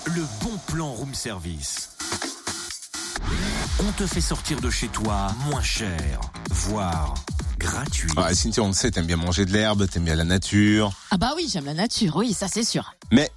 Le bon plan room service. On te fait sortir de chez toi moins cher, voire gratuit. Ah, Cynthia, on le sait, t'aimes bien manger de l'herbe, t'aimes bien la nature. Ah bah oui, j'aime la nature, oui, ça c'est sûr. Mais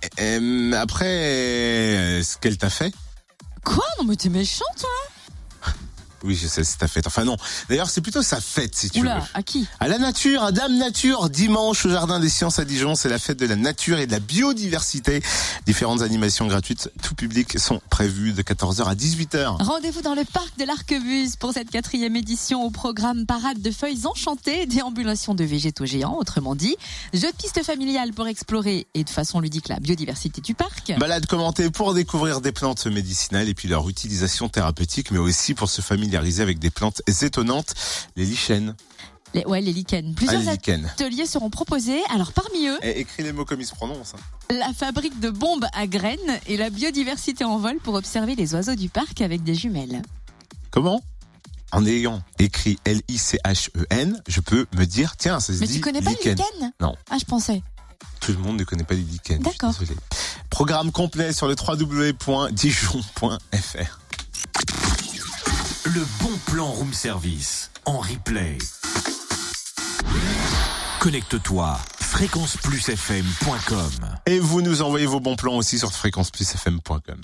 après, ce qu'elle t'a fait? Quoi? Non mais t'es méchant toi? Oui, je sais, c'est ta fête. Enfin non, d'ailleurs c'est plutôt sa fête si tu veux. Oula, à qui? À la nature, à Dame Nature, dimanche au Jardin des Sciences à Dijon, c'est la fête de la nature et de la biodiversité. Différentes animations gratuites, tout public sont prévues de 14h à 18h. Rendez-vous dans le parc de l'Arquebuse pour cette 4e édition au programme parade de feuilles enchantées, déambulation de végétaux géants, autrement dit, jeu de piste familial pour explorer et de façon ludique la biodiversité du parc. Balade commentée pour découvrir des plantes médicinales et puis leur utilisation thérapeutique, mais aussi pour se familiariser avec des plantes étonnantes, les lichens. Les lichens. Plusieurs les lichens. ateliers seront proposés. Alors parmi eux, écris les mots comme ils se prononcent. la fabrique de bombes à graines et la biodiversité en vol pour observer les oiseaux du parc avec des jumelles. Comment? En ayant écrit L-I-C-H-E-N, je peux me dire, tiens, ça se Mais dit tu connais pas les lichens? Non. Ah, je pensais. Tout le monde ne connaît pas les lichens. D'accord. Désolé. Programme complet sur le www.dijon.fr. Le bon plan room service en replay. Connecte-toi fréquenceplusfm.com. Et vous nous envoyez vos bons plans aussi sur fréquenceplusfm.com.